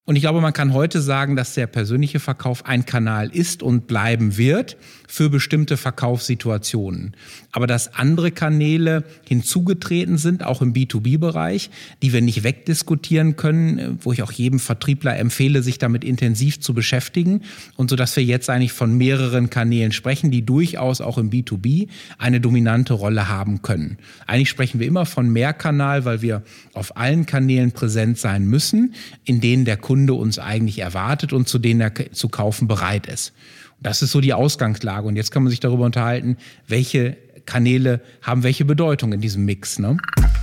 Und ich glaube, man kann heute sagen, dass der persönliche Verkauf ein Kanal ist und bleiben wird für bestimmte Verkaufssituationen. Aber dass andere Kanäle hinzugetreten sind, auch im B2B-Bereich, die wir nicht wegdiskutieren können, wo ich auch jedem Vertriebler empfehle, sich damit intensiv zu beschäftigen. Und so dass wir jetzt eigentlich von mehreren Kanälen sprechen, die durchaus auch im B2B eine dominante Rolle haben können. Eigentlich sprechen wir immer von Mehrkanal, weil wir auf allen Kanälen präsent sein müssen, in denen der Kunde uns eigentlich erwartet und zu denen er zu kaufen bereit ist. Und das ist so die Ausgangslage. Und jetzt kann man sich darüber unterhalten, welche Kanäle haben welche Bedeutung in diesem Mix, ne?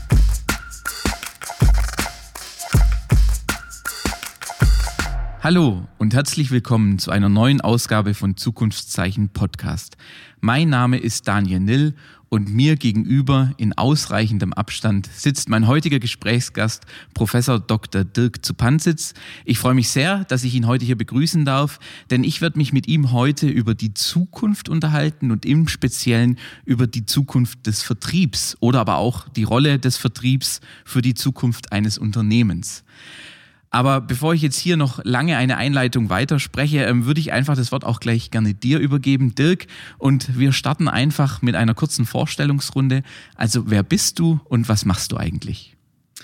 Hallo und herzlich willkommen zu einer neuen Ausgabe von Zukunftszeichen Podcast. Mein Name ist Daniel Nill und mir gegenüber in ausreichendem Abstand sitzt mein heutiger Gesprächsgast, Professor Dr. Dirk Zupanzitz. Ich freue mich sehr, dass ich ihn heute hier begrüßen darf, denn ich werde mich mit ihm heute über die Zukunft unterhalten und im Speziellen über die Zukunft des Vertriebs oder aber auch die Rolle des Vertriebs für die Zukunft eines Unternehmens. Aber bevor ich jetzt hier noch lange eine Einleitung weiterspreche, würde ich einfach das Wort auch gleich gerne dir übergeben, Dirk. Und wir starten einfach mit einer kurzen Vorstellungsrunde. Also wer bist du und was machst du eigentlich?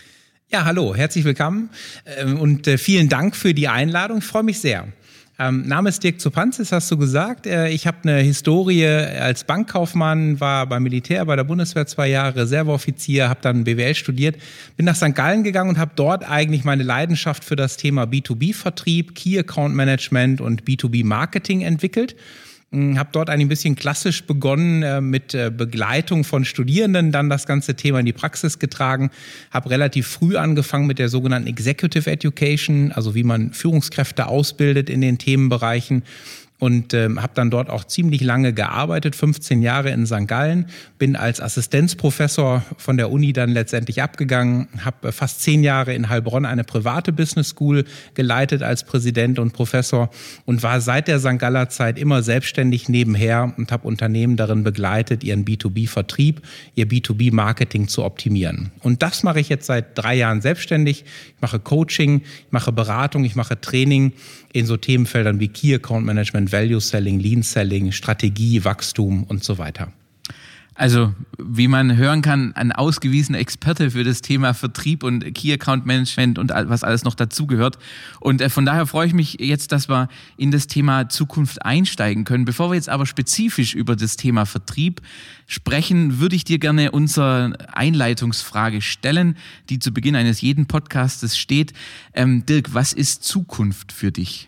Ja, hallo, herzlich willkommen und vielen Dank für die Einladung. Ich freue mich sehr. Name ist Dirk Zupanzitz, hast du gesagt. Ich habe eine Historie als Bankkaufmann, war beim Militär, bei der Bundeswehr 2 Jahre, Reserveoffizier, habe dann BWL studiert, bin nach St. Gallen gegangen und habe dort eigentlich meine Leidenschaft für das Thema B2B-Vertrieb, Key Account Management und B2B-Marketing entwickelt. Habe dort ein bisschen klassisch begonnen mit Begleitung von Studierenden, dann das ganze Thema in die Praxis getragen, habe relativ früh angefangen mit der sogenannten Executive Education, also wie man Führungskräfte ausbildet in den Themenbereichen. Und habe dann dort auch ziemlich lange gearbeitet, 15 Jahre in St. Gallen, bin als Assistenzprofessor von der Uni dann letztendlich abgegangen, habe fast 10 Jahre in Heilbronn eine private Business School geleitet als Präsident und Professor und war seit der St. Galler Zeit immer selbstständig nebenher und habe Unternehmen darin begleitet, ihren B2B-Vertrieb, ihr B2B-Marketing zu optimieren. Und das mache ich jetzt seit 3 Jahren selbstständig. Ich mache Coaching, ich mache Beratung, ich mache Training in so Themenfeldern wie Key Account Management, Value Selling, Lean Selling, Strategie, Wachstum und so weiter. Also, wie man hören kann, ein ausgewiesener Experte für das Thema Vertrieb und Key Account Management und was alles noch dazugehört. Und von daher freue ich mich jetzt, dass wir in das Thema Zukunft einsteigen können. Bevor wir jetzt aber spezifisch über das Thema Vertrieb sprechen, würde ich dir gerne unsere Einleitungsfrage stellen, die zu Beginn eines jeden Podcastes steht. Dirk, was ist Zukunft für dich?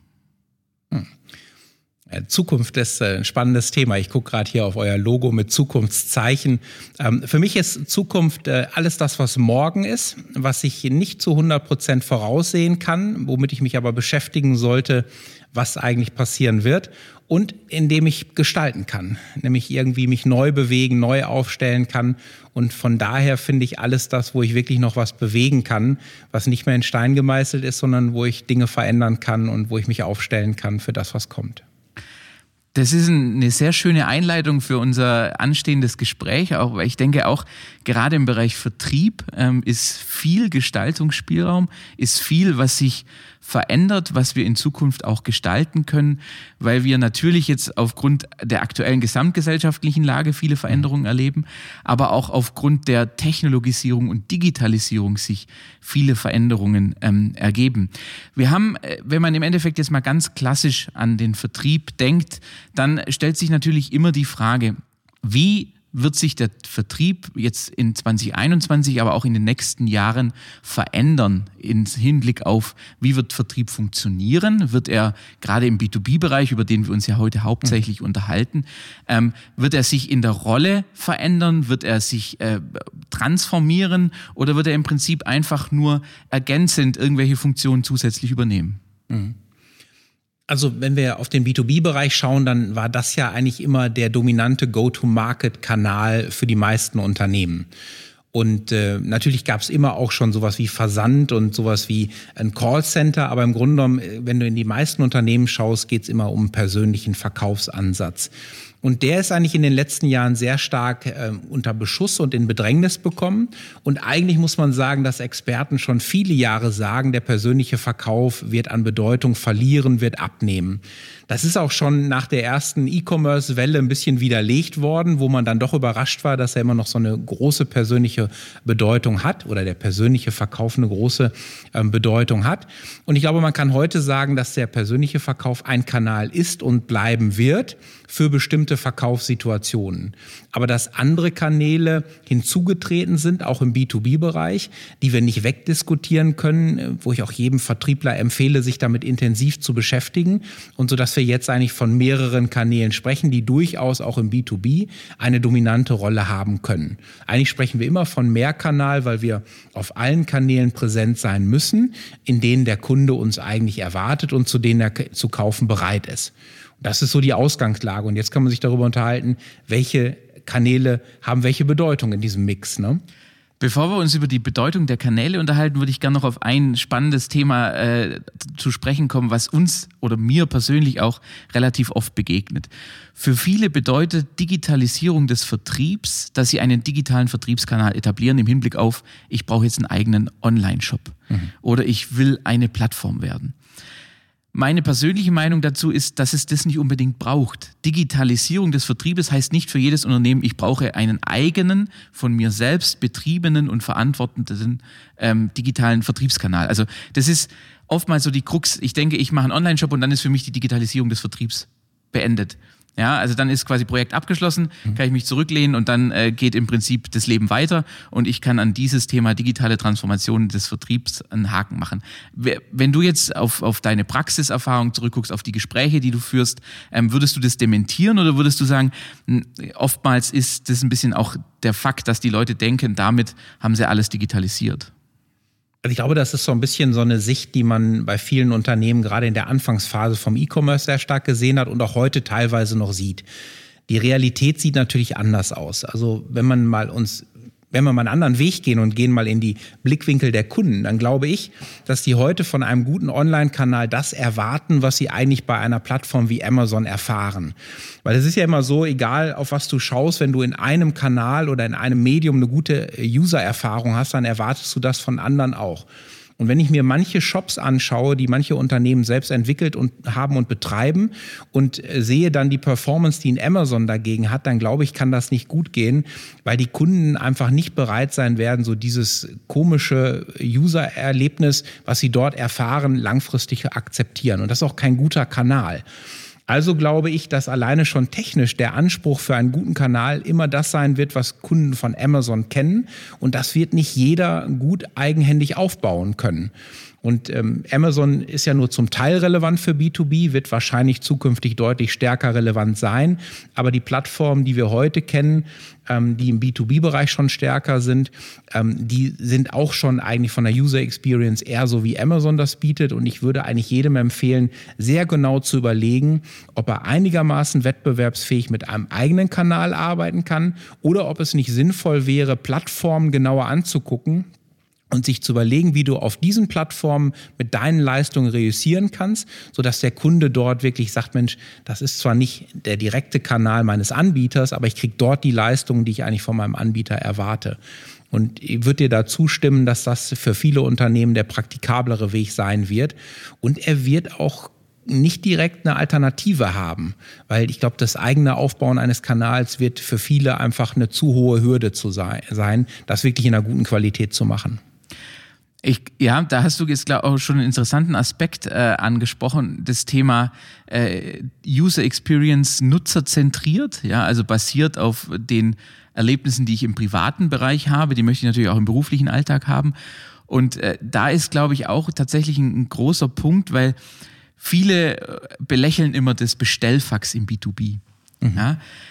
Zukunft ist ein spannendes Thema. Ich gucke gerade hier auf euer Logo mit Zukunftszeichen. Für mich ist Zukunft alles das, was morgen ist, was ich nicht zu 100% voraussehen kann, womit ich mich aber beschäftigen sollte, was eigentlich passieren wird und indem ich gestalten kann, nämlich irgendwie mich neu bewegen, neu aufstellen kann. Und von daher finde ich alles das, wo ich wirklich noch was bewegen kann, was nicht mehr in Stein gemeißelt ist, sondern wo ich Dinge verändern kann und wo ich mich aufstellen kann für das, was kommt. Das ist eine sehr schöne Einleitung für unser anstehendes Gespräch, auch weil ich denke auch gerade im Bereich Vertrieb ist viel Gestaltungsspielraum, ist viel, was sich verändert, was wir in Zukunft auch gestalten können, weil wir natürlich jetzt aufgrund der aktuellen gesamtgesellschaftlichen Lage viele Veränderungen erleben, aber auch aufgrund der Technologisierung und Digitalisierung sich viele Veränderungen ergeben. Wir haben, wenn man im Endeffekt jetzt mal ganz klassisch an den Vertrieb denkt, dann stellt sich natürlich immer die Frage, wie wird sich der Vertrieb jetzt in 2021, aber auch in den nächsten Jahren verändern im Hinblick auf, wie wird Vertrieb funktionieren? Wird er gerade im B2B-Bereich, über den wir uns ja heute hauptsächlich unterhalten, wird er sich in der Rolle verändern? Wird er sich transformieren? Oder wird er im Prinzip einfach nur ergänzend irgendwelche Funktionen zusätzlich übernehmen? Mhm. Also wenn wir auf den B2B-Bereich schauen, dann war das ja eigentlich immer der dominante Go-to-Market-Kanal für die meisten Unternehmen. Und natürlich gab es immer auch schon sowas wie Versand und sowas wie ein Callcenter, aber im Grunde genommen, wenn du in die meisten Unternehmen schaust, geht es immer um einen persönlichen Verkaufsansatz. Und der ist eigentlich in den letzten Jahren sehr stark unter Beschuss und in Bedrängnis bekommen. Und eigentlich muss man sagen, dass Experten schon viele Jahre sagen, der persönliche Verkauf wird an Bedeutung verlieren, wird abnehmen. Das ist auch schon nach der ersten E-Commerce-Welle ein bisschen widerlegt worden, wo man dann doch überrascht war, dass er immer noch so eine große persönliche Bedeutung hat oder der persönliche Verkauf eine große Bedeutung hat. Und ich glaube, man kann heute sagen, dass der persönliche Verkauf ein Kanal ist und bleiben wird für bestimmte Verkaufssituationen. Aber dass andere Kanäle hinzugetreten sind, auch im B2B-Bereich, die wir nicht wegdiskutieren können, wo ich auch jedem Vertriebler empfehle, sich damit intensiv zu beschäftigen und so, dass wir jetzt eigentlich von mehreren Kanälen sprechen, die durchaus auch im B2B eine dominante Rolle haben können. Eigentlich sprechen wir immer von Mehrkanal, weil wir auf allen Kanälen präsent sein müssen, in denen der Kunde uns eigentlich erwartet und zu denen er zu kaufen bereit ist. Das ist so die Ausgangslage. Und jetzt kann man sich darüber unterhalten, welche Kanäle haben welche Bedeutung in diesem Mix, ne? Bevor wir uns über die Bedeutung der Kanäle unterhalten, würde ich gerne noch auf ein spannendes Thema zu sprechen kommen, was uns oder mir persönlich auch relativ oft begegnet. Für viele bedeutet Digitalisierung des Vertriebs, dass sie einen digitalen Vertriebskanal etablieren im Hinblick auf, ich brauche jetzt einen eigenen Online-Shop oder ich will eine Plattform werden. Meine persönliche Meinung dazu ist, dass es das nicht unbedingt braucht. Digitalisierung des Vertriebes heißt nicht für jedes Unternehmen, ich brauche einen eigenen, von mir selbst betriebenen und verantworteten digitalen Vertriebskanal. Also das ist oftmals so die Krux. Ich denke, ich mache einen Online-Shop und dann ist für mich die Digitalisierung des Vertriebs beendet. Ja, also dann ist quasi Projekt abgeschlossen, kann ich mich zurücklehnen und dann geht im Prinzip das Leben weiter und ich kann an dieses Thema digitale Transformation des Vertriebs einen Haken machen. Wenn du jetzt auf deine Praxiserfahrung zurückguckst, auf die Gespräche, die du führst, würdest du das dementieren oder würdest du sagen, oftmals ist das ein bisschen auch der Fakt, dass die Leute denken, damit haben sie alles digitalisiert? Also ich glaube, das ist so ein bisschen so eine Sicht, die man bei vielen Unternehmen gerade in der Anfangsphase vom E-Commerce sehr stark gesehen hat und auch heute teilweise noch sieht. Die Realität sieht natürlich anders aus. Also wenn wir mal einen anderen Weg gehen und gehen mal in die Blickwinkel der Kunden, dann glaube ich, dass die heute von einem guten Online-Kanal das erwarten, was sie eigentlich bei einer Plattform wie Amazon erfahren. Weil es ist ja immer so, egal auf was du schaust, wenn du in einem Kanal oder in einem Medium eine gute User-Erfahrung hast, dann erwartest du das von anderen auch. Und wenn ich mir manche Shops anschaue, die manche Unternehmen selbst entwickelt und haben und betreiben und sehe dann die Performance, die ein Amazon dagegen hat, dann glaube ich, kann das nicht gut gehen, weil die Kunden einfach nicht bereit sein werden, so dieses komische User-Erlebnis, was sie dort erfahren, langfristig akzeptieren. Und das ist auch kein guter Kanal. Also glaube ich, dass alleine schon technisch der Anspruch für einen guten Kanal immer das sein wird, was Kunden von Amazon kennen. Und das wird nicht jeder gut eigenhändig aufbauen können. Und Amazon ist ja nur zum Teil relevant für B2B, wird wahrscheinlich zukünftig deutlich stärker relevant sein. Aber die Plattformen, die wir heute kennen, die im B2B-Bereich schon stärker sind, die sind auch schon eigentlich von der User Experience eher so, wie Amazon das bietet. Und ich würde eigentlich jedem empfehlen, sehr genau zu überlegen, ob er einigermaßen wettbewerbsfähig mit einem eigenen Kanal arbeiten kann oder ob es nicht sinnvoll wäre, Plattformen genauer anzugucken und sich zu überlegen, wie du auf diesen Plattformen mit deinen Leistungen reüssieren kannst, sodass der Kunde dort wirklich sagt, Mensch, das ist zwar nicht der direkte Kanal meines Anbieters, aber ich kriege dort die Leistungen, die ich eigentlich von meinem Anbieter erwarte. Und ich würde dir da zustimmen, dass das für viele Unternehmen der praktikablere Weg sein wird. Und er wird auch nicht direkt eine Alternative haben, weil ich glaube, das eigene Aufbauen eines Kanals wird für viele einfach eine zu hohe Hürde zu sein, das wirklich in einer guten Qualität zu machen. Ja, da hast du jetzt glaube auch schon einen interessanten Aspekt angesprochen, das Thema User Experience nutzerzentriert, ja, also basiert auf den Erlebnissen, die ich im privaten Bereich habe, die möchte ich natürlich auch im beruflichen Alltag haben. Und da ist, glaube ich, auch tatsächlich ein großer Punkt, weil viele belächeln immer das Bestellfax im B2B. Ja.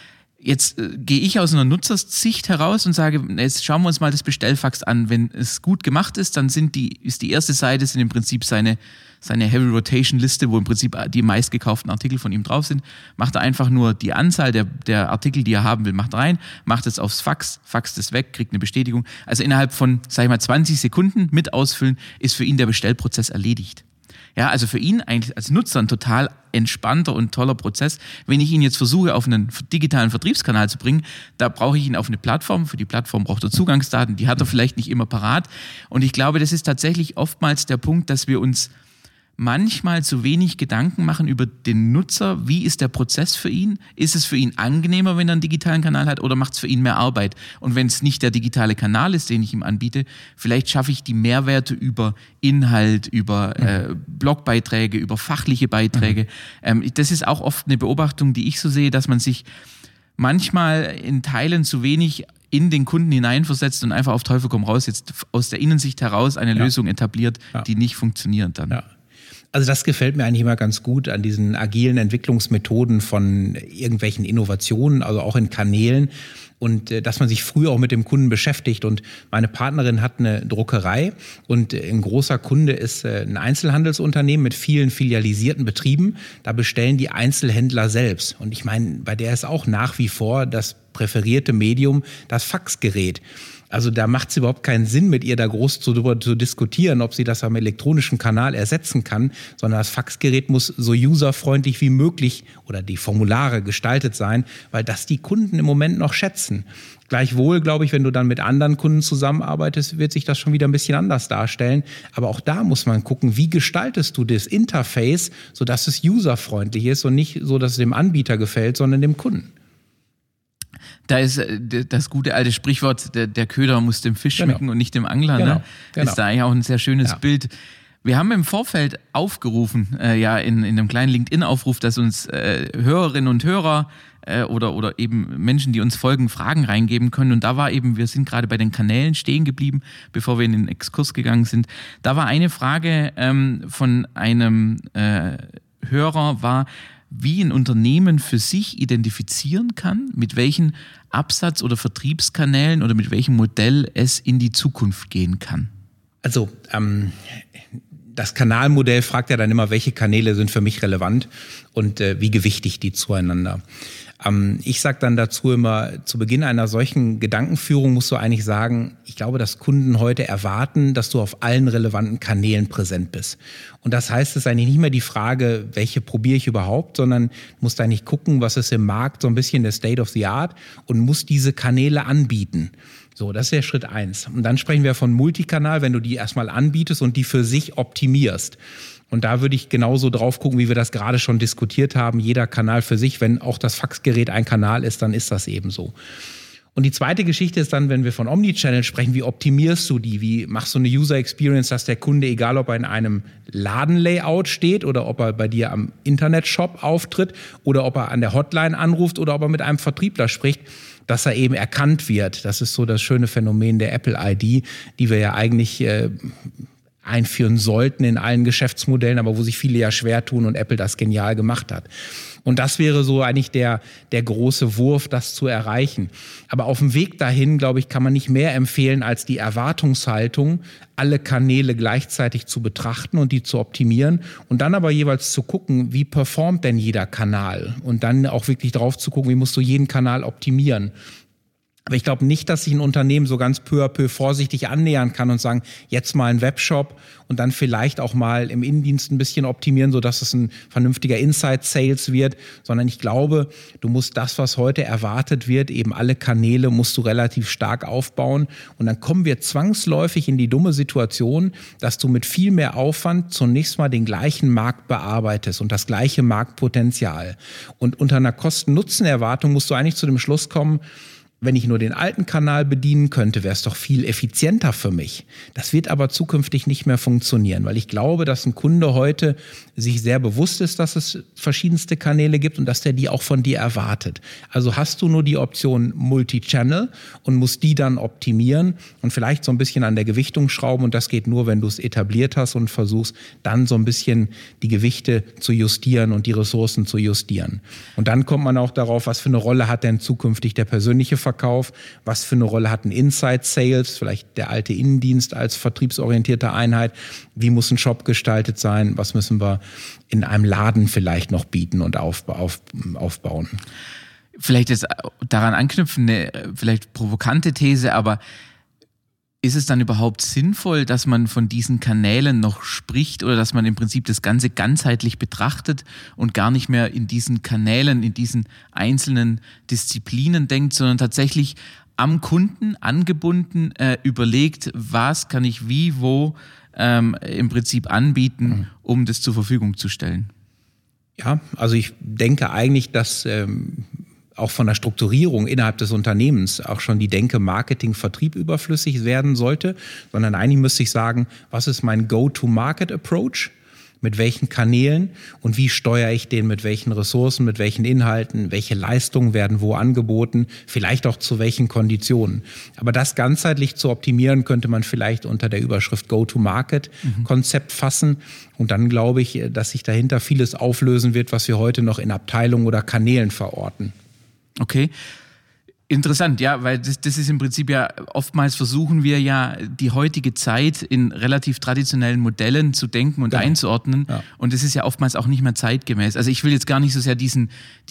Jetzt gehe ich aus einer Nutzersicht heraus und sage, jetzt schauen wir uns mal das Bestellfax an. Wenn es gut gemacht ist, dann ist die erste Seite sind im Prinzip seine Heavy Rotation Liste, wo im Prinzip die meistgekauften Artikel von ihm drauf sind. Macht er einfach nur die Anzahl der Artikel, die er haben will, macht rein, macht es aufs Fax, faxt es weg, kriegt eine Bestätigung. Also innerhalb von, 20 Sekunden mit Ausfüllen ist für ihn der Bestellprozess erledigt. Ja, also für ihn eigentlich als Nutzer ein total entspannter und toller Prozess. Wenn ich ihn jetzt versuche, auf einen digitalen Vertriebskanal zu bringen, da brauche ich ihn auf eine Plattform. Für die Plattform braucht er Zugangsdaten, die hat er vielleicht nicht immer parat. Und ich glaube, das ist tatsächlich oftmals der Punkt, dass wir uns manchmal zu wenig Gedanken machen über den Nutzer. Wie ist der Prozess für ihn? Ist es für ihn angenehmer, wenn er einen digitalen Kanal hat, oder macht es für ihn mehr Arbeit? Und wenn es nicht der digitale Kanal ist, den ich ihm anbiete, vielleicht schaffe ich die Mehrwerte über Inhalt, über Blogbeiträge, über fachliche Beiträge. Das ist auch oft eine Beobachtung, die ich so sehe, dass man sich manchmal in Teilen zu wenig in den Kunden hineinversetzt und einfach auf Teufel komm raus, jetzt aus der Innensicht heraus eine Lösung etabliert, die nicht funktioniert dann. Ja. Also das gefällt mir eigentlich immer ganz gut an diesen agilen Entwicklungsmethoden von irgendwelchen Innovationen, also auch in Kanälen, und dass man sich früh auch mit dem Kunden beschäftigt. Und meine Partnerin hat eine Druckerei und ein großer Kunde ist ein Einzelhandelsunternehmen mit vielen filialisierten Betrieben. Da bestellen die Einzelhändler selbst. Und ich meine, bei der ist auch nach wie vor das präferierte Medium das Faxgerät. Also da macht es überhaupt keinen Sinn, mit ihr da groß darüber zu diskutieren, ob sie das am elektronischen Kanal ersetzen kann, sondern das Faxgerät muss so userfreundlich wie möglich oder die Formulare gestaltet sein, weil das die Kunden im Moment noch schätzen. Gleichwohl, glaube ich, wenn du dann mit anderen Kunden zusammenarbeitest, wird sich das schon wieder ein bisschen anders darstellen. Aber auch da muss man gucken, wie gestaltest du das Interface, sodass es userfreundlich ist und nicht so, dass es dem Anbieter gefällt, sondern dem Kunden. Da ist das gute alte Sprichwort, der Köder muss dem Fisch schmecken und nicht dem Angler. Genau. Ne? Ist da eigentlich auch ein sehr schönes Bild. Wir haben im Vorfeld aufgerufen, in einem kleinen LinkedIn-Aufruf, dass uns Hörerinnen und Hörer oder eben Menschen, die uns folgen, Fragen reingeben können. Und da war eben, wir sind gerade bei den Kanälen stehen geblieben, bevor wir in den Exkurs gegangen sind. Da war eine Frage von einem Hörer, wie ein Unternehmen für sich identifizieren kann, mit welchen Absatz- oder Vertriebskanälen oder mit welchem Modell es in die Zukunft gehen kann. Also das Kanalmodell fragt ja dann immer, welche Kanäle sind für mich relevant und wie gewichtig die zueinander. Ich sage dann dazu immer, zu Beginn einer solchen Gedankenführung musst du eigentlich sagen, ich glaube, dass Kunden heute erwarten, dass du auf allen relevanten Kanälen präsent bist. Und das heißt, es ist eigentlich nicht mehr die Frage, welche probiere ich überhaupt, sondern du musst eigentlich gucken, was ist im Markt so ein bisschen der State of the Art und musst diese Kanäle anbieten. So, das ist der Schritt 1. Und dann sprechen wir von Multikanal, wenn du die erstmal anbietest und die für sich optimierst. Und da würde ich genauso drauf gucken, wie wir das gerade schon diskutiert haben. Jeder Kanal für sich, wenn auch das Faxgerät ein Kanal ist, dann ist das eben so. Und die zweite Geschichte ist dann, wenn wir von Omnichannel sprechen, wie optimierst du die? Wie machst du eine User Experience, dass der Kunde, egal ob er in einem Ladenlayout steht oder ob er bei dir am Internetshop auftritt oder ob er an der Hotline anruft oder ob er mit einem Vertriebler spricht, dass er eben erkannt wird. Das ist so das schöne Phänomen der Apple ID, die wir ja eigentlich einführen sollten in allen Geschäftsmodellen, aber wo sich viele ja schwer tun und Apple das genial gemacht hat. Und das wäre so eigentlich der große Wurf, das zu erreichen. Aber auf dem Weg dahin, glaube ich, kann man nicht mehr empfehlen, als die Erwartungshaltung, alle Kanäle gleichzeitig zu betrachten und die zu optimieren und dann aber jeweils zu gucken, wie performt denn jeder Kanal und dann auch wirklich drauf zu gucken, wie musst du jeden Kanal optimieren. Aber ich glaube nicht, dass sich ein Unternehmen so ganz peu à peu vorsichtig annähern kann und sagen, jetzt mal ein Webshop und dann vielleicht auch mal im Innendienst ein bisschen optimieren, sodass es ein vernünftiger Inside-Sales wird, sondern ich glaube, du musst das, was heute erwartet wird, eben alle Kanäle musst du relativ stark aufbauen und dann kommen wir zwangsläufig in die dumme Situation, dass du mit viel mehr Aufwand zunächst mal den gleichen Markt bearbeitest und das gleiche Marktpotenzial. Und unter einer Kosten-Nutzen-Erwartung musst du eigentlich zu dem Schluss kommen, wenn ich nur den alten Kanal bedienen könnte, wäre es doch viel effizienter für mich. Das wird aber zukünftig nicht mehr funktionieren, weil ich glaube, dass ein Kunde heute sich sehr bewusst ist, dass es verschiedenste Kanäle gibt und dass der die auch von dir erwartet. Also hast du nur die Option Multi-Channel und musst die dann optimieren und vielleicht so ein bisschen an der Gewichtung schrauben, und das geht nur, wenn du es etabliert hast und versuchst, dann so ein bisschen die Gewichte zu justieren und die Ressourcen zu justieren. Und dann kommt man auch darauf, was für eine Rolle hat denn zukünftig der persönliche Verkauf, was für eine Rolle hat ein Inside Sales, vielleicht der alte Innendienst als vertriebsorientierte Einheit, wie muss ein Shop gestaltet sein, was müssen wir in einem Laden vielleicht noch bieten und aufbauen. Vielleicht jetzt daran anknüpfen, eine vielleicht provokante These, aber ist es dann überhaupt sinnvoll, dass man von diesen Kanälen noch spricht oder dass man im Prinzip das Ganze ganzheitlich betrachtet und gar nicht mehr in diesen Kanälen, in diesen einzelnen Disziplinen denkt, sondern tatsächlich am Kunden angebunden überlegt, was kann ich wie, wo im Prinzip anbieten, um das zur Verfügung zu stellen? Ja, also ich denke eigentlich, dass auch von der Strukturierung innerhalb des Unternehmens auch schon die Denke Marketing, Vertrieb überflüssig werden sollte, sondern eigentlich müsste ich sagen, was ist mein Go-to-Market-Approach? Mit welchen Kanälen und wie steuere ich den, mit welchen Ressourcen, mit welchen Inhalten, welche Leistungen werden wo angeboten, vielleicht auch zu welchen Konditionen. Aber das ganzheitlich zu optimieren, könnte man vielleicht unter der Überschrift Go-to-Market-Konzept fassen. Und dann glaube ich, dass sich dahinter vieles auflösen wird, was wir heute noch in Abteilungen oder Kanälen verorten. Okay. Interessant, ja, weil das ist im Prinzip ja, oftmals versuchen wir ja, die heutige Zeit in relativ traditionellen Modellen zu denken und einzuordnen. Ja. Und das ist ja oftmals auch nicht mehr zeitgemäß. Also ich will jetzt gar nicht so sehr diesen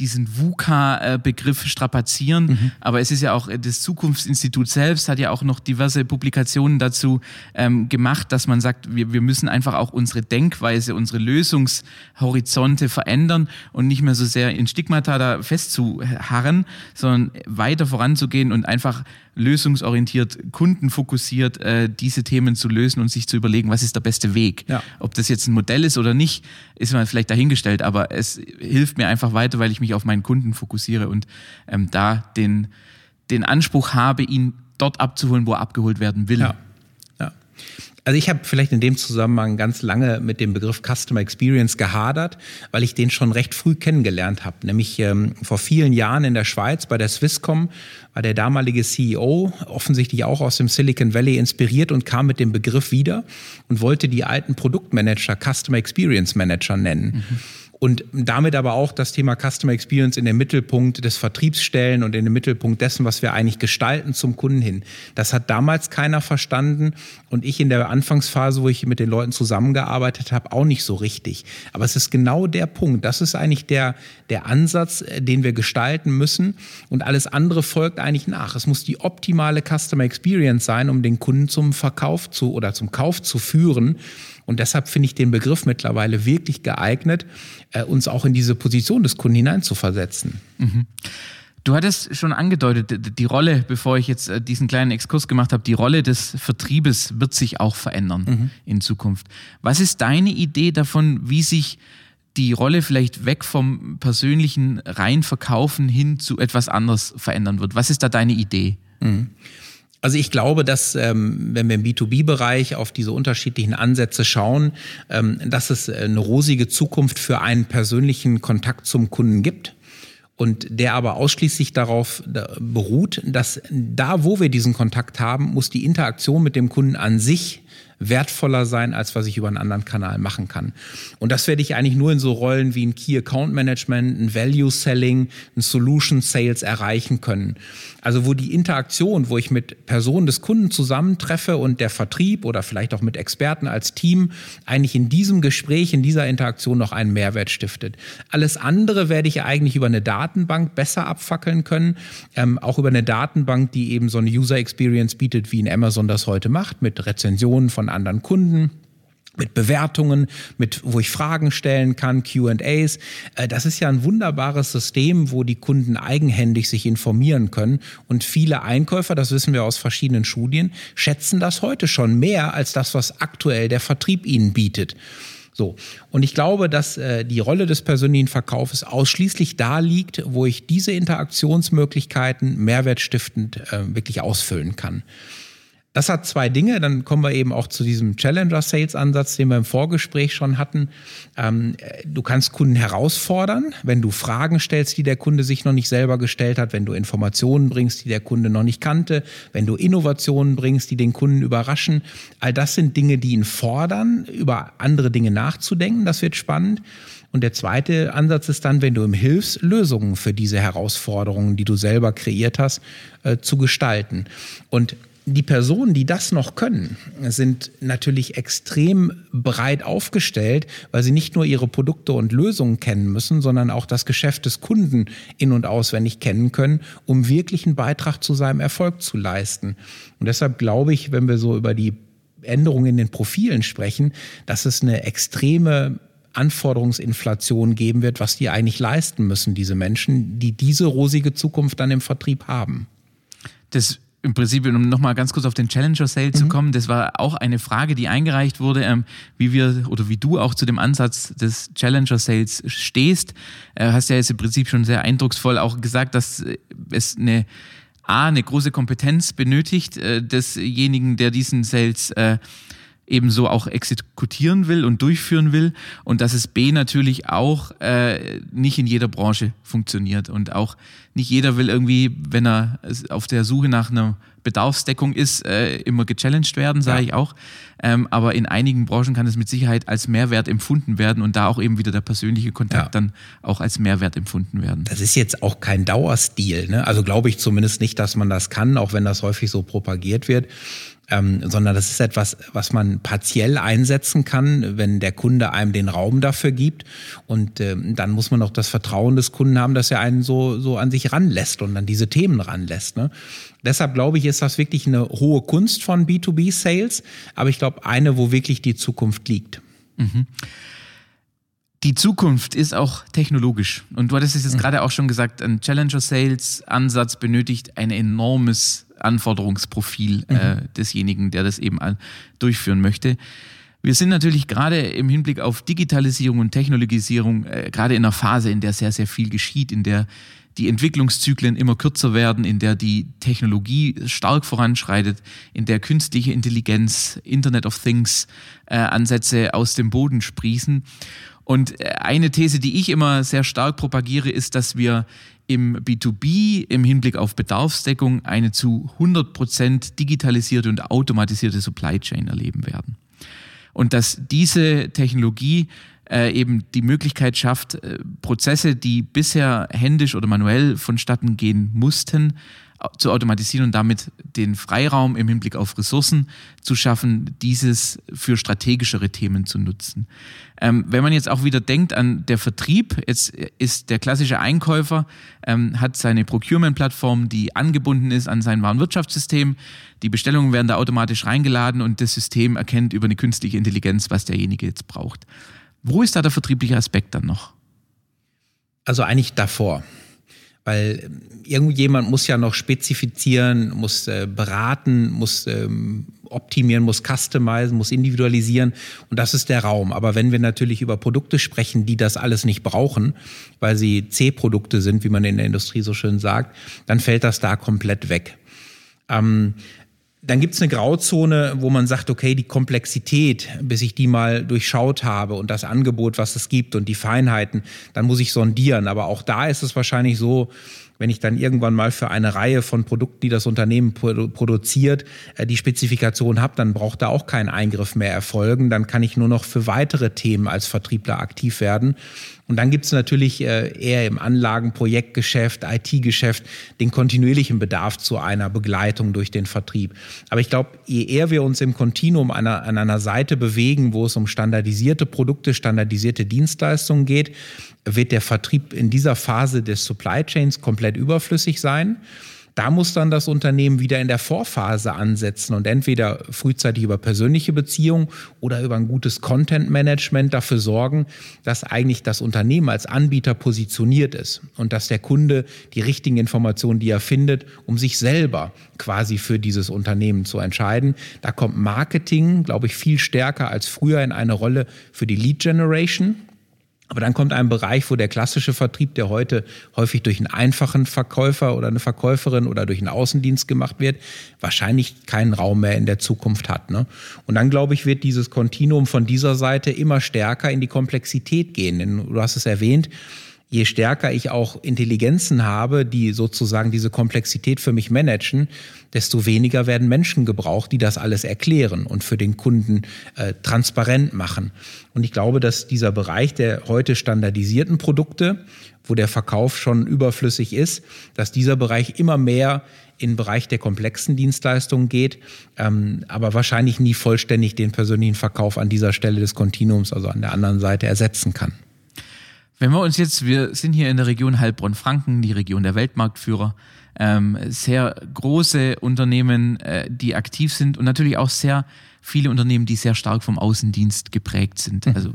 VUCA-Begriff strapazieren, aber es ist ja auch, das Zukunftsinstitut selbst hat ja auch noch diverse Publikationen dazu gemacht, dass man sagt, wir müssen einfach auch unsere Denkweise, unsere Lösungshorizonte verändern und nicht mehr so sehr in Stigmata da festzuharren, sondern weiter voranzugehen und einfach lösungsorientiert, kundenfokussiert diese Themen zu lösen und sich zu überlegen, was ist der beste Weg. Ja. Ob das jetzt ein Modell ist oder nicht, ist mal vielleicht dahingestellt, aber es hilft mir einfach weiter, weil ich mich auf meinen Kunden fokussiere und da den Anspruch habe, ihn dort abzuholen, wo er abgeholt werden will. Ja. Ja. Also ich habe vielleicht in dem Zusammenhang ganz lange mit dem Begriff Customer Experience gehadert, weil ich den schon recht früh kennengelernt habe. Nämlich vor vielen Jahren in der Schweiz bei der Swisscom war der damalige CEO offensichtlich auch aus dem Silicon Valley inspiriert und kam mit dem Begriff wieder und wollte die alten Produktmanager Customer Experience Manager nennen. Und damit aber auch das Thema Customer Experience in den Mittelpunkt des Vertriebs stellen und in den Mittelpunkt dessen, was wir eigentlich gestalten zum Kunden hin. Das hat damals keiner verstanden und ich in der Anfangsphase, wo ich mit den Leuten zusammengearbeitet habe, auch nicht so richtig. Aber es ist genau der Punkt. Das ist eigentlich der Ansatz, den wir gestalten müssen, und alles andere folgt eigentlich nach. Es muss die optimale Customer Experience sein, um den Kunden zum Verkauf zum Kauf zu führen. Und deshalb finde ich den Begriff mittlerweile wirklich geeignet, uns auch in diese Position des Kunden hineinzuversetzen. Mhm. Du hattest schon angedeutet, die Rolle, bevor ich jetzt diesen kleinen Exkurs gemacht habe, die Rolle des Vertriebes wird sich auch verändern in Zukunft. Was ist deine Idee davon, wie sich die Rolle vielleicht weg vom persönlichen Reinverkaufen hin zu etwas anderes verändern wird? Was ist da deine Idee? Also ich glaube, dass, wenn wir im B2B-Bereich auf diese unterschiedlichen Ansätze schauen, dass es eine rosige Zukunft für einen persönlichen Kontakt zum Kunden gibt. Und der aber ausschließlich darauf beruht, dass da, wo wir diesen Kontakt haben, muss die Interaktion mit dem Kunden an sich wertvoller sein, als was ich über einen anderen Kanal machen kann. Und das werde ich eigentlich nur in so Rollen wie ein Key Account Management, ein Value Selling, ein Solution Sales erreichen können. Also wo die Interaktion, wo ich mit Personen des Kunden zusammentreffe und der Vertrieb oder vielleicht auch mit Experten als Team eigentlich in diesem Gespräch, in dieser Interaktion noch einen Mehrwert stiftet. Alles andere werde ich eigentlich über eine Datenbank besser abfackeln können, auch über eine Datenbank, die eben so eine User Experience bietet, wie ein Amazon das heute macht, mit Rezensionen von anderen Kunden, mit Bewertungen, wo ich Fragen stellen kann, Q&As. Das ist ja ein wunderbares System, wo die Kunden eigenhändig sich informieren können. Und viele Einkäufer, das wissen wir aus verschiedenen Studien, schätzen das heute schon mehr als das, was aktuell der Vertrieb ihnen bietet. So, und ich glaube, dass die Rolle des persönlichen Verkaufs ausschließlich da liegt, wo ich diese Interaktionsmöglichkeiten mehrwertstiftend wirklich ausfüllen kann. Das hat zwei Dinge, dann kommen wir eben auch zu diesem Challenger-Sales-Ansatz, den wir im Vorgespräch schon hatten. Du kannst Kunden herausfordern, wenn du Fragen stellst, die der Kunde sich noch nicht selber gestellt hat, wenn du Informationen bringst, die der Kunde noch nicht kannte, wenn du Innovationen bringst, die den Kunden überraschen. All das sind Dinge, die ihn fordern, über andere Dinge nachzudenken. Das wird spannend. Und der zweite Ansatz ist dann, wenn du ihm hilfst, Lösungen für diese Herausforderungen, die du selber kreiert hast, zu gestalten. Und die Personen, die das noch können, sind natürlich extrem breit aufgestellt, weil sie nicht nur ihre Produkte und Lösungen kennen müssen, sondern auch das Geschäft des Kunden in- und auswendig kennen können, um wirklich einen Beitrag zu seinem Erfolg zu leisten. Und deshalb glaube ich, wenn wir so über die Änderungen in den Profilen sprechen, dass es eine extreme Anforderungsinflation geben wird, was die eigentlich leisten müssen, diese Menschen, die diese rosige Zukunft dann im Vertrieb haben. Das im Prinzip, um nochmal ganz kurz auf den Challenger Sale zu kommen, das war auch eine Frage, die eingereicht wurde, wie du auch zu dem Ansatz des Challenger Sales stehst. Hast ja jetzt im Prinzip schon sehr eindrucksvoll auch gesagt, dass es eine große Kompetenz benötigt desjenigen, der diesen Sales ebenso auch exekutieren will und durchführen will und dass es natürlich auch nicht in jeder Branche funktioniert und auch nicht jeder will irgendwie, wenn er auf der Suche nach einer Bedarfsdeckung ist, immer gechallenged werden, sage ich auch. Aber in einigen Branchen kann es mit Sicherheit als Mehrwert empfunden werden und da auch eben wieder der persönliche Kontakt dann auch als Mehrwert empfunden werden. Das ist jetzt auch kein Dauerstil, ne? Also glaube ich zumindest nicht, dass man das kann, auch wenn das häufig so propagiert wird. Sondern das ist etwas, was man partiell einsetzen kann, wenn der Kunde einem den Raum dafür gibt. Und dann muss man auch das Vertrauen des Kunden haben, dass er einen so an sich ranlässt und an diese Themen ranlässt. Ne? Deshalb glaube ich, ist das wirklich eine hohe Kunst von B2B-Sales, aber ich glaube eine, wo wirklich die Zukunft liegt. Mhm. Die Zukunft ist auch technologisch. Und du hattest es jetzt gerade auch schon gesagt, ein Challenger-Sales-Ansatz benötigt ein enormes Anforderungsprofil desjenigen, der das eben durchführen möchte. Wir sind natürlich gerade im Hinblick auf Digitalisierung und Technologisierung gerade in einer Phase, in der sehr, sehr viel geschieht, in der die Entwicklungszyklen immer kürzer werden, in der die Technologie stark voranschreitet, in der künstliche Intelligenz, Internet of Things Ansätze aus dem Boden sprießen. Und eine These, die ich immer sehr stark propagiere, ist, dass wir im B2B im Hinblick auf Bedarfsdeckung eine zu 100% digitalisierte und automatisierte Supply Chain erleben werden. Und dass diese Technologie eben die Möglichkeit schafft, Prozesse, die bisher händisch oder manuell vonstatten gehen mussten, zu automatisieren und damit den Freiraum im Hinblick auf Ressourcen zu schaffen, dieses für strategischere Themen zu nutzen. Wenn man jetzt auch wieder denkt an der Vertrieb, jetzt ist der klassische Einkäufer, hat seine Procurement-Plattform, die angebunden ist an sein Warenwirtschaftssystem. Die Bestellungen werden da automatisch reingeladen und das System erkennt über eine künstliche Intelligenz, was derjenige jetzt braucht. Wo ist da der vertriebliche Aspekt dann noch? Also eigentlich davor. Weil irgendjemand muss ja noch spezifizieren, muss beraten, muss optimieren, muss customizen, muss individualisieren und das ist der Raum. Aber wenn wir natürlich über Produkte sprechen, die das alles nicht brauchen, weil sie C-Produkte sind, wie man in der Industrie so schön sagt, dann fällt das da komplett weg. Dann gibt es eine Grauzone, wo man sagt, okay, die Komplexität, bis ich die mal durchschaut habe und das Angebot, was es gibt und die Feinheiten, dann muss ich sondieren. Aber auch da ist es wahrscheinlich so, wenn ich dann irgendwann mal für eine Reihe von Produkten, die das Unternehmen produziert, die Spezifikation habe, dann braucht da auch kein Eingriff mehr erfolgen. Dann kann ich nur noch für weitere Themen als Vertriebler aktiv werden. Und dann gibt es natürlich eher im Anlagen-Projektgeschäft, IT-Geschäft den kontinuierlichen Bedarf zu einer Begleitung durch den Vertrieb. Aber ich glaube, je eher wir uns im Kontinuum an einer Seite bewegen, wo es um standardisierte Produkte, standardisierte Dienstleistungen geht, wird der Vertrieb in dieser Phase des Supply Chains komplett überflüssig sein. Da muss dann das Unternehmen wieder in der Vorphase ansetzen und entweder frühzeitig über persönliche Beziehungen oder über ein gutes Content-Management dafür sorgen, dass eigentlich das Unternehmen als Anbieter positioniert ist und dass der Kunde die richtigen Informationen, die er findet, um sich selber quasi für dieses Unternehmen zu entscheiden. Da kommt Marketing, glaube ich, viel stärker als früher in eine Rolle für die Lead Generation. Aber dann kommt ein Bereich, wo der klassische Vertrieb, der heute häufig durch einen einfachen Verkäufer oder eine Verkäuferin oder durch einen Außendienst gemacht wird, wahrscheinlich keinen Raum mehr in der Zukunft hat. Ne? Und dann, glaube ich, wird dieses Kontinuum von dieser Seite immer stärker in die Komplexität gehen. Denn du hast es erwähnt, je stärker ich auch Intelligenzen habe, die sozusagen diese Komplexität für mich managen, desto weniger werden Menschen gebraucht, die das alles erklären und für den Kunden transparent machen. Und ich glaube, dass dieser Bereich der heute standardisierten Produkte, wo der Verkauf schon überflüssig ist, dass dieser Bereich immer mehr in den Bereich der komplexen Dienstleistungen geht, aber wahrscheinlich nie vollständig den persönlichen Verkauf an dieser Stelle des Kontinuums, also an der anderen Seite, ersetzen kann. Wenn wir sind hier in der Region Heilbronn-Franken, die Region der Weltmarktführer, sehr große Unternehmen, die aktiv sind und natürlich auch sehr viele Unternehmen, die sehr stark vom Außendienst geprägt sind. Also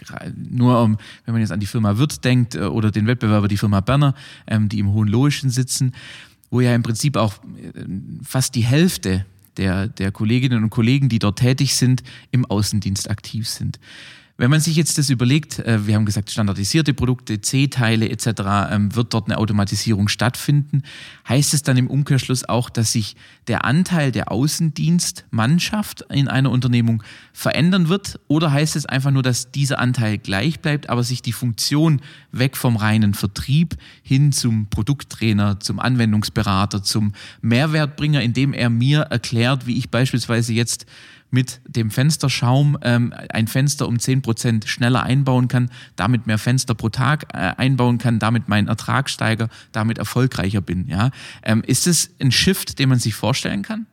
nur wenn man jetzt an die Firma Wirth denkt oder den Wettbewerber, die Firma Berner, die im Hohenlohischen sitzen, wo ja im Prinzip auch fast die Hälfte der Kolleginnen und Kollegen, die dort tätig sind, im Außendienst aktiv sind. Wenn man sich jetzt das überlegt, wir haben gesagt, standardisierte Produkte, C-Teile etc., wird dort eine Automatisierung stattfinden, heißt es dann im Umkehrschluss auch, dass sich der Anteil der Außendienstmannschaft in einer Unternehmung verändern wird? Oder heißt es einfach nur, dass dieser Anteil gleich bleibt, aber sich die Funktion weg vom reinen Vertrieb hin zum Produkttrainer, zum Anwendungsberater, zum Mehrwertbringer, indem er mir erklärt, wie ich beispielsweise jetzt mit dem Fensterschaum ein Fenster um 10% schneller einbauen kann, damit mehr Fenster pro Tag einbauen kann, damit meinen Ertrag steigere, damit erfolgreicher bin. Ja? Ist es ein Shift, den man sich vorstellen kann?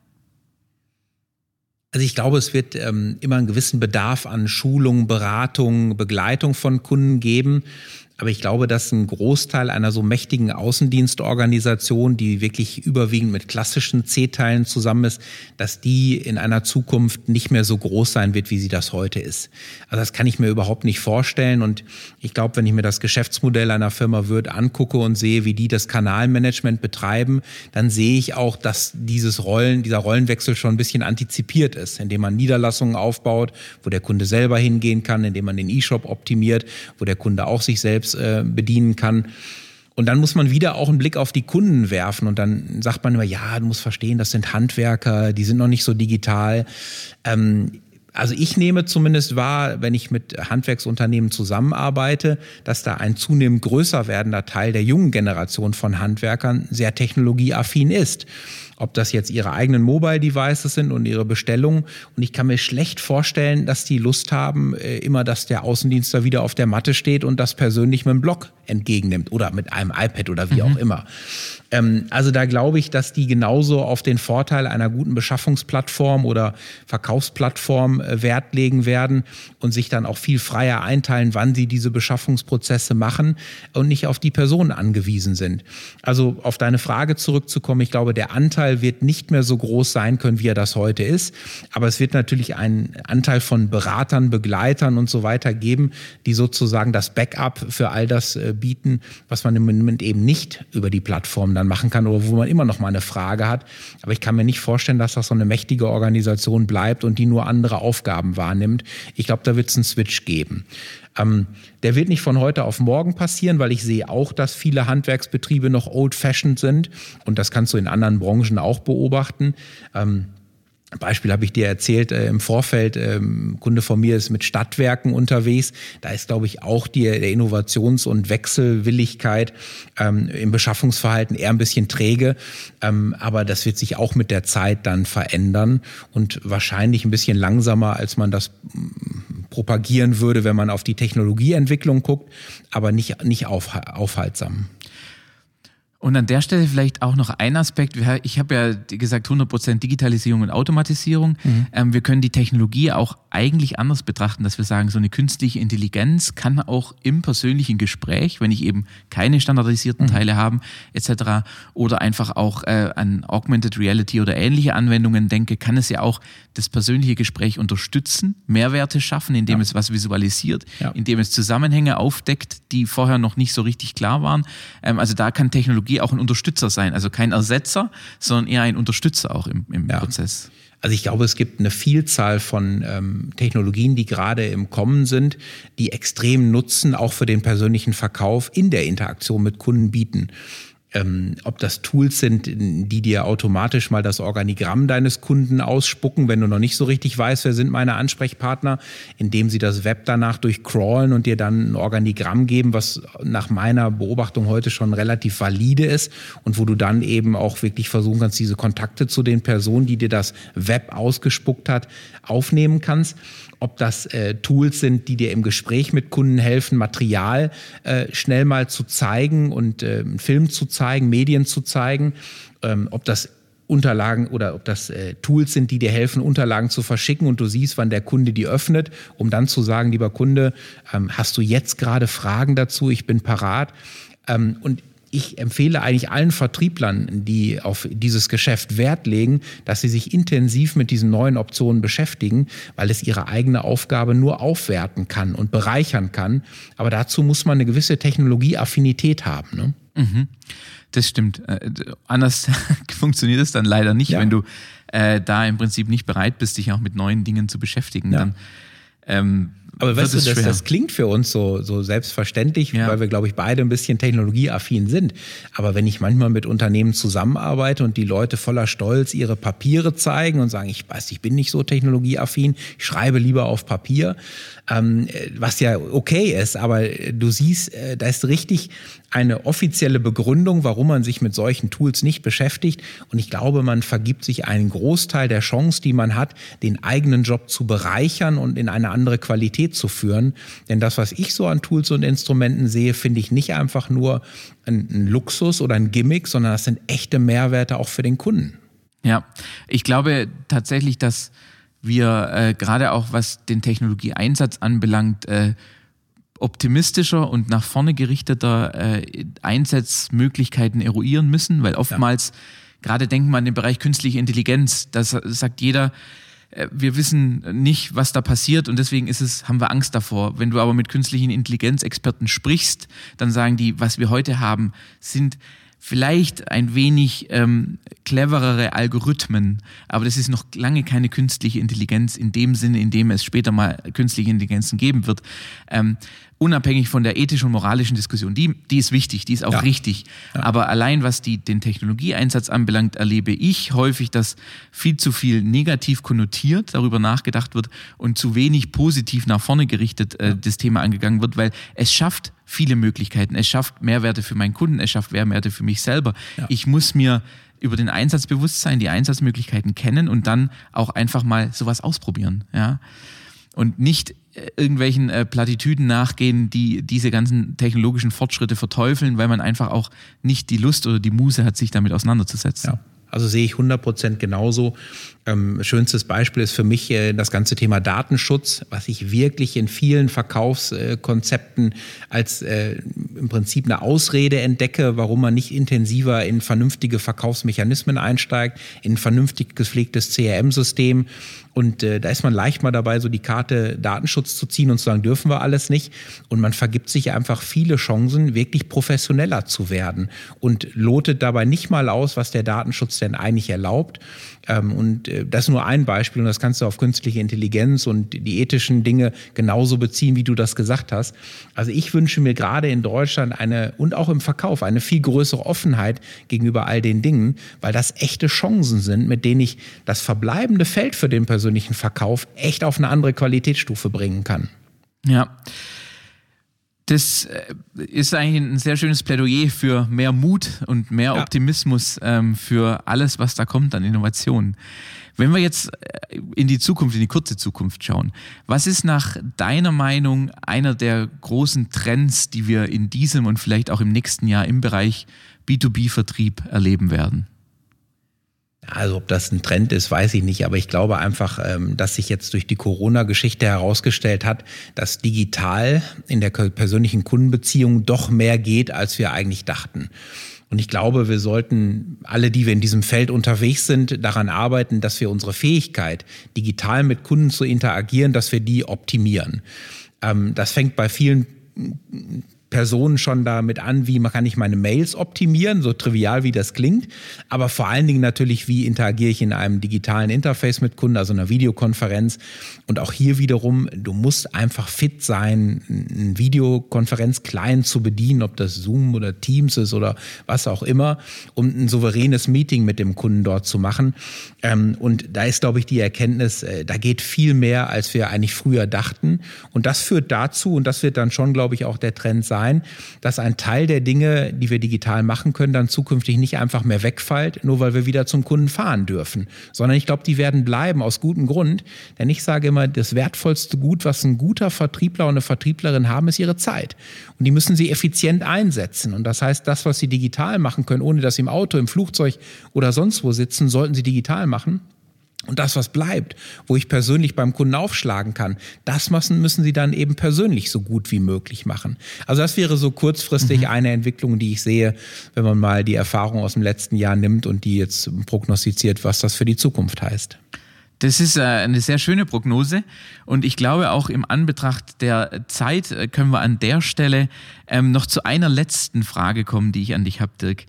Also ich glaube, es wird immer einen gewissen Bedarf an Schulung, Beratung, Begleitung von Kunden geben. Aber ich glaube, dass ein Großteil einer so mächtigen Außendienstorganisation, die wirklich überwiegend mit klassischen C-Teilen zusammen ist, dass die in einer Zukunft nicht mehr so groß sein wird, wie sie das heute ist. Also das kann ich mir überhaupt nicht vorstellen. Und ich glaube, wenn ich mir das Geschäftsmodell einer Firma Wirth angucke und sehe, wie die das Kanalmanagement betreiben, dann sehe ich auch, dass dieser Rollenwechsel schon ein bisschen antizipiert ist, indem man Niederlassungen aufbaut, wo der Kunde selber hingehen kann, indem man den E-Shop optimiert, wo der Kunde auch sich selbst bedienen kann. Und dann muss man wieder auch einen Blick auf die Kunden werfen und dann sagt man immer, ja, du musst verstehen, das sind Handwerker, die sind noch nicht so digital. Also ich nehme zumindest wahr, wenn ich mit Handwerksunternehmen zusammenarbeite, dass da ein zunehmend größer werdender Teil der jungen Generation von Handwerkern sehr technologieaffin ist. Ob das jetzt ihre eigenen Mobile-Devices sind und ihre Bestellungen. Und ich kann mir schlecht vorstellen, dass die Lust haben, immer, dass der Außendienstler wieder auf der Matte steht und das persönlich mit dem Blog entgegennimmt oder mit einem iPad oder wie auch immer. Also da glaube ich, dass die genauso auf den Vorteil einer guten Beschaffungsplattform oder Verkaufsplattform Wert legen werden und sich dann auch viel freier einteilen, wann sie diese Beschaffungsprozesse machen und nicht auf die Personen angewiesen sind. Also auf deine Frage zurückzukommen, ich glaube, der Anteil wird nicht mehr so groß sein können, wie er das heute ist. Aber es wird natürlich einen Anteil von Beratern, Begleitern und so weiter geben, die sozusagen das Backup für all das bieten, was man im Moment eben nicht über die Plattform dann machen kann oder wo man immer noch mal eine Frage hat. Aber ich kann mir nicht vorstellen, dass das so eine mächtige Organisation bleibt und die nur andere Aufgaben wahrnimmt. Ich glaube, da wird es einen Switch geben. Der wird nicht von heute auf morgen passieren, weil ich sehe auch, dass viele Handwerksbetriebe noch old-fashioned sind und das kannst du in anderen Branchen auch beobachten. Beispiel habe ich dir erzählt im Vorfeld, ein Kunde von mir ist mit Stadtwerken unterwegs. Da ist, glaube ich, auch der Innovations- und Wechselwilligkeit im Beschaffungsverhalten eher ein bisschen träge. Aber das wird sich auch mit der Zeit dann verändern und wahrscheinlich ein bisschen langsamer, als man das propagieren würde, wenn man auf die Technologieentwicklung guckt, aber nicht aufhaltsam. Und an der Stelle vielleicht auch noch ein Aspekt. Ich habe ja gesagt 100% Digitalisierung und Automatisierung. Wir können die Technologie auch eigentlich anders betrachten, dass wir sagen, so eine künstliche Intelligenz kann auch im persönlichen Gespräch, wenn ich eben keine standardisierten Teile habe etc. oder einfach auch an Augmented Reality oder ähnliche Anwendungen denke, kann es ja auch das persönliche Gespräch unterstützen, Mehrwerte schaffen, indem es was visualisiert, indem es Zusammenhänge aufdeckt, die vorher noch nicht so richtig klar waren. Also da kann Technologie auch ein Unterstützer sein, also kein Ersetzer, sondern eher ein Unterstützer auch im Prozess. Also ich glaube, es gibt eine Vielzahl von Technologien, die gerade im Kommen sind, die extrem Nutzen auch für den persönlichen Verkauf in der Interaktion mit Kunden bieten. Ob das Tools sind, die dir automatisch mal das Organigramm deines Kunden ausspucken, wenn du noch nicht so richtig weißt, wer sind meine Ansprechpartner, indem sie das Web danach durchcrawlen und dir dann ein Organigramm geben, was nach meiner Beobachtung heute schon relativ valide ist und wo du dann eben auch wirklich versuchen kannst, diese Kontakte zu den Personen, die dir das Web ausgespuckt hat, aufnehmen kannst. Ob das Tools sind, die dir im Gespräch mit Kunden helfen, Material schnell mal zu zeigen und einen Film zu zeigen, Medien zu zeigen, ob das Unterlagen oder ob das Tools sind, die dir helfen, Unterlagen zu verschicken und du siehst, wann der Kunde die öffnet, um dann zu sagen, lieber Kunde, hast du jetzt gerade Fragen dazu? Ich bin parat. Und ich empfehle eigentlich allen Vertrieblern, die auf dieses Geschäft Wert legen, dass sie sich intensiv mit diesen neuen Optionen beschäftigen, weil es ihre eigene Aufgabe nur aufwerten kann und bereichern kann. Aber dazu muss man eine gewisse Technologieaffinität haben, ne? Das stimmt. Anders funktioniert es dann leider nicht, wenn du da im Prinzip nicht bereit bist, dich auch mit neuen Dingen zu beschäftigen. Dann aber weißt du, das klingt für uns so selbstverständlich, weil wir, glaube ich, beide ein bisschen technologieaffin sind. Aber wenn ich manchmal mit Unternehmen zusammenarbeite und die Leute voller Stolz ihre Papiere zeigen und sagen, ich bin nicht so technologieaffin, ich schreibe lieber auf Papier, was ja okay ist, aber du siehst, da ist richtig eine offizielle Begründung, warum man sich mit solchen Tools nicht beschäftigt. Und ich glaube, man vergibt sich einen Großteil der Chance, die man hat, den eigenen Job zu bereichern und in eine andere Qualität zu führen. Denn das, was ich so an Tools und Instrumenten sehe, finde ich nicht einfach nur ein Luxus oder ein Gimmick, sondern das sind echte Mehrwerte auch für den Kunden. Ja, ich glaube tatsächlich, dass wir gerade auch, was den Technologieeinsatz anbelangt, optimistischer und nach vorne gerichteter Einsatzmöglichkeiten eruieren müssen, weil oftmals, gerade denken wir an den Bereich künstliche Intelligenz, da sagt jeder, wir wissen nicht, was da passiert und deswegen haben wir Angst davor. Wenn du aber mit künstlichen Intelligenzexperten sprichst, dann sagen die, was wir heute haben, sind vielleicht ein wenig cleverere Algorithmen, aber das ist noch lange keine künstliche Intelligenz in dem Sinne, in dem es später mal künstliche Intelligenzen geben wird. Unabhängig von der ethischen und moralischen Diskussion, die ist wichtig, die ist auch richtig. Ja. Aber allein was den Technologieeinsatz anbelangt, erlebe ich häufig, dass viel zu viel negativ konnotiert darüber nachgedacht wird und zu wenig positiv nach vorne gerichtet das Thema angegangen wird, weil es schafft viele Möglichkeiten. Es schafft Mehrwerte für meinen Kunden, es schafft Mehrwerte für mich selber. Ja. Ich muss mir über den Einsatz bewusst sein, die Einsatzmöglichkeiten kennen und dann auch einfach mal sowas ausprobieren. Ja? Und nicht irgendwelchen Plattitüden nachgehen, die diese ganzen technologischen Fortschritte verteufeln, weil man einfach auch nicht die Lust oder die Muße hat, sich damit auseinanderzusetzen. Ja. Also sehe ich 100% genauso. Schönstes Beispiel ist für mich das ganze Thema Datenschutz, was ich wirklich in vielen Verkaufskonzepten als im Prinzip eine Ausrede entdecke, warum man nicht intensiver in vernünftige Verkaufsmechanismen einsteigt, in ein vernünftig gepflegtes CRM-System. Und da ist man leicht mal dabei, so die Karte Datenschutz zu ziehen und zu sagen, dürfen wir alles nicht. Und man vergibt sich einfach viele Chancen, wirklich professioneller zu werden und lotet dabei nicht mal aus, was der Datenschutz denn eigentlich erlaubt. Und das ist nur ein Beispiel und das kannst du auf künstliche Intelligenz und die ethischen Dinge genauso beziehen, wie du das gesagt hast. Also ich wünsche mir gerade in Deutschland und auch im Verkauf eine viel größere Offenheit gegenüber all den Dingen, weil das echte Chancen sind, mit denen ich das verbleibende Feld für den persönlichen Verkauf echt auf eine andere Qualitätsstufe bringen kann. Ja. Das ist eigentlich ein sehr schönes Plädoyer für mehr Mut und mehr Optimismus für alles, was da kommt an Innovationen. Wenn wir jetzt in die Zukunft, in die kurze Zukunft schauen, was ist nach deiner Meinung einer der großen Trends, die wir in diesem und vielleicht auch im nächsten Jahr im Bereich B2B-Vertrieb erleben werden? Also ob das ein Trend ist, weiß ich nicht, aber ich glaube einfach, dass sich jetzt durch die Corona-Geschichte herausgestellt hat, dass digital in der persönlichen Kundenbeziehung doch mehr geht, als wir eigentlich dachten. Und ich glaube, wir sollten alle, die wir in diesem Feld unterwegs sind, daran arbeiten, dass wir unsere Fähigkeit, digital mit Kunden zu interagieren, dass wir die optimieren. Das fängt bei vielen Personen schon damit an, wie kann ich meine Mails optimieren, so trivial wie das klingt, aber vor allen Dingen natürlich, wie interagiere ich in einem digitalen Interface mit Kunden, also einer Videokonferenz. Und auch hier wiederum, du musst einfach fit sein, einen Videokonferenz-Client zu bedienen, ob das Zoom oder Teams ist oder was auch immer, um ein souveränes Meeting mit dem Kunden dort zu machen. Und da ist, glaube ich, die Erkenntnis, da geht viel mehr, als wir eigentlich früher dachten. Und das führt dazu, und das wird dann schon, glaube ich, auch der Trend sein, dass ein Teil der Dinge, die wir digital machen können, dann zukünftig nicht einfach mehr wegfällt, nur weil wir wieder zum Kunden fahren dürfen, sondern ich glaube, die werden bleiben aus gutem Grund, denn ich sage immer, das wertvollste Gut, was ein guter Vertriebler und eine Vertrieblerin haben, ist ihre Zeit und die müssen sie effizient einsetzen und das heißt, das, was sie digital machen können, ohne dass sie im Auto, im Flugzeug oder sonst wo sitzen, sollten sie digital machen. Und das, was bleibt, wo ich persönlich beim Kunden aufschlagen kann, das müssen sie dann eben persönlich so gut wie möglich machen. Also das wäre so kurzfristig eine Entwicklung, die ich sehe, wenn man mal die Erfahrung aus dem letzten Jahr nimmt und die jetzt prognostiziert, was das für die Zukunft heißt. Das ist eine sehr schöne Prognose und ich glaube auch im Anbetracht der Zeit können wir an der Stelle noch zu einer letzten Frage kommen, die ich an dich habe, Dirk.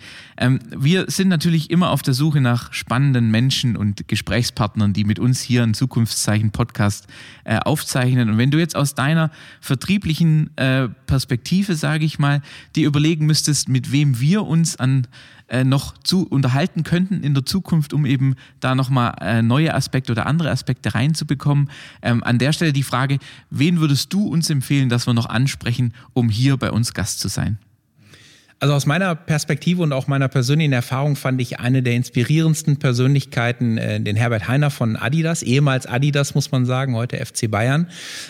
Wir sind natürlich immer auf der Suche nach spannenden Menschen und Gesprächspartnern, die mit uns hier einen Zukunftszeichen-Podcast aufzeichnen. Und wenn du jetzt aus deiner vertrieblichen Perspektive, sage ich mal, dir überlegen müsstest, mit wem wir uns noch zu unterhalten könnten in der Zukunft, um eben da nochmal neue Aspekte oder andere Aspekte reinzubekommen. An der Stelle die Frage, wen würdest du uns empfehlen, dass wir noch ansprechen, um hier bei uns Gast zu sein? Also aus meiner Perspektive und auch meiner persönlichen Erfahrung fand ich eine der inspirierendsten Persönlichkeiten den Herbert Hainer von Adidas, ehemals Adidas muss man sagen, heute FC Bayern.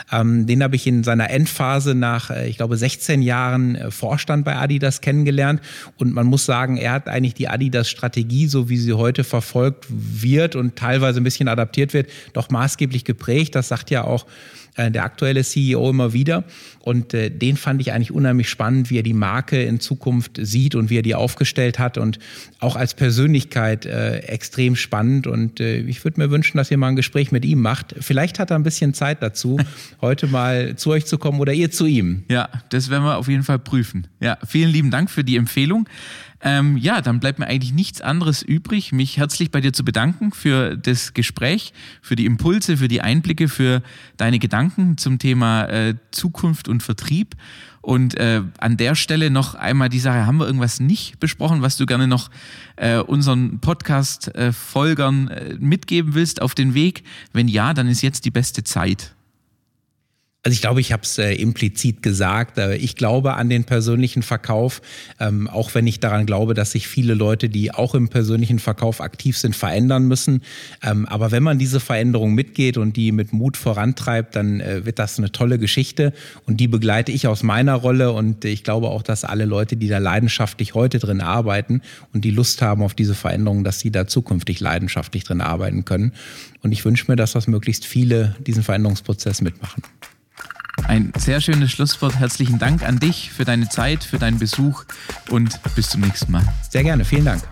Den habe ich in seiner Endphase nach, ich glaube, 16 Jahren Vorstand bei Adidas kennengelernt und man muss sagen, er hat eigentlich die Adidas-Strategie, so wie sie heute verfolgt wird und teilweise ein bisschen adaptiert wird, doch maßgeblich geprägt. Das sagt ja auch der aktuelle CEO immer wieder und den fand ich eigentlich unheimlich spannend, wie er die Marke in Zukunft sieht und wie er die aufgestellt hat und auch als Persönlichkeit extrem spannend und ich würde mir wünschen, dass ihr mal ein Gespräch mit ihm macht. Vielleicht hat er ein bisschen Zeit dazu, heute mal zu euch zu kommen oder ihr zu ihm. Ja, das werden wir auf jeden Fall prüfen. Ja, vielen lieben Dank für die Empfehlung. Dann bleibt mir eigentlich nichts anderes übrig, mich herzlich bei dir zu bedanken für das Gespräch, für die Impulse, für die Einblicke, für deine Gedanken zum Thema Zukunft und Vertrieb. Und an der Stelle noch einmal die Sache, haben wir irgendwas nicht besprochen, was du gerne noch unseren Podcast-Folgern mitgeben willst auf den Weg? Wenn ja, dann ist jetzt die beste Zeit. Also ich glaube, ich habe es implizit gesagt. Ich glaube an den persönlichen Verkauf, auch wenn ich daran glaube, dass sich viele Leute, die auch im persönlichen Verkauf aktiv sind, verändern müssen. Aber wenn man diese Veränderung mitgeht und die mit Mut vorantreibt, dann wird das eine tolle Geschichte und die begleite ich aus meiner Rolle und ich glaube auch, dass alle Leute, die da leidenschaftlich heute drin arbeiten und die Lust haben auf diese Veränderung, dass sie da zukünftig leidenschaftlich drin arbeiten können. Und ich wünsche mir, dass das möglichst viele diesen Veränderungsprozess mitmachen. Ein sehr schönes Schlusswort. Herzlichen Dank an dich für deine Zeit, für deinen Besuch und bis zum nächsten Mal. Sehr gerne. Vielen Dank.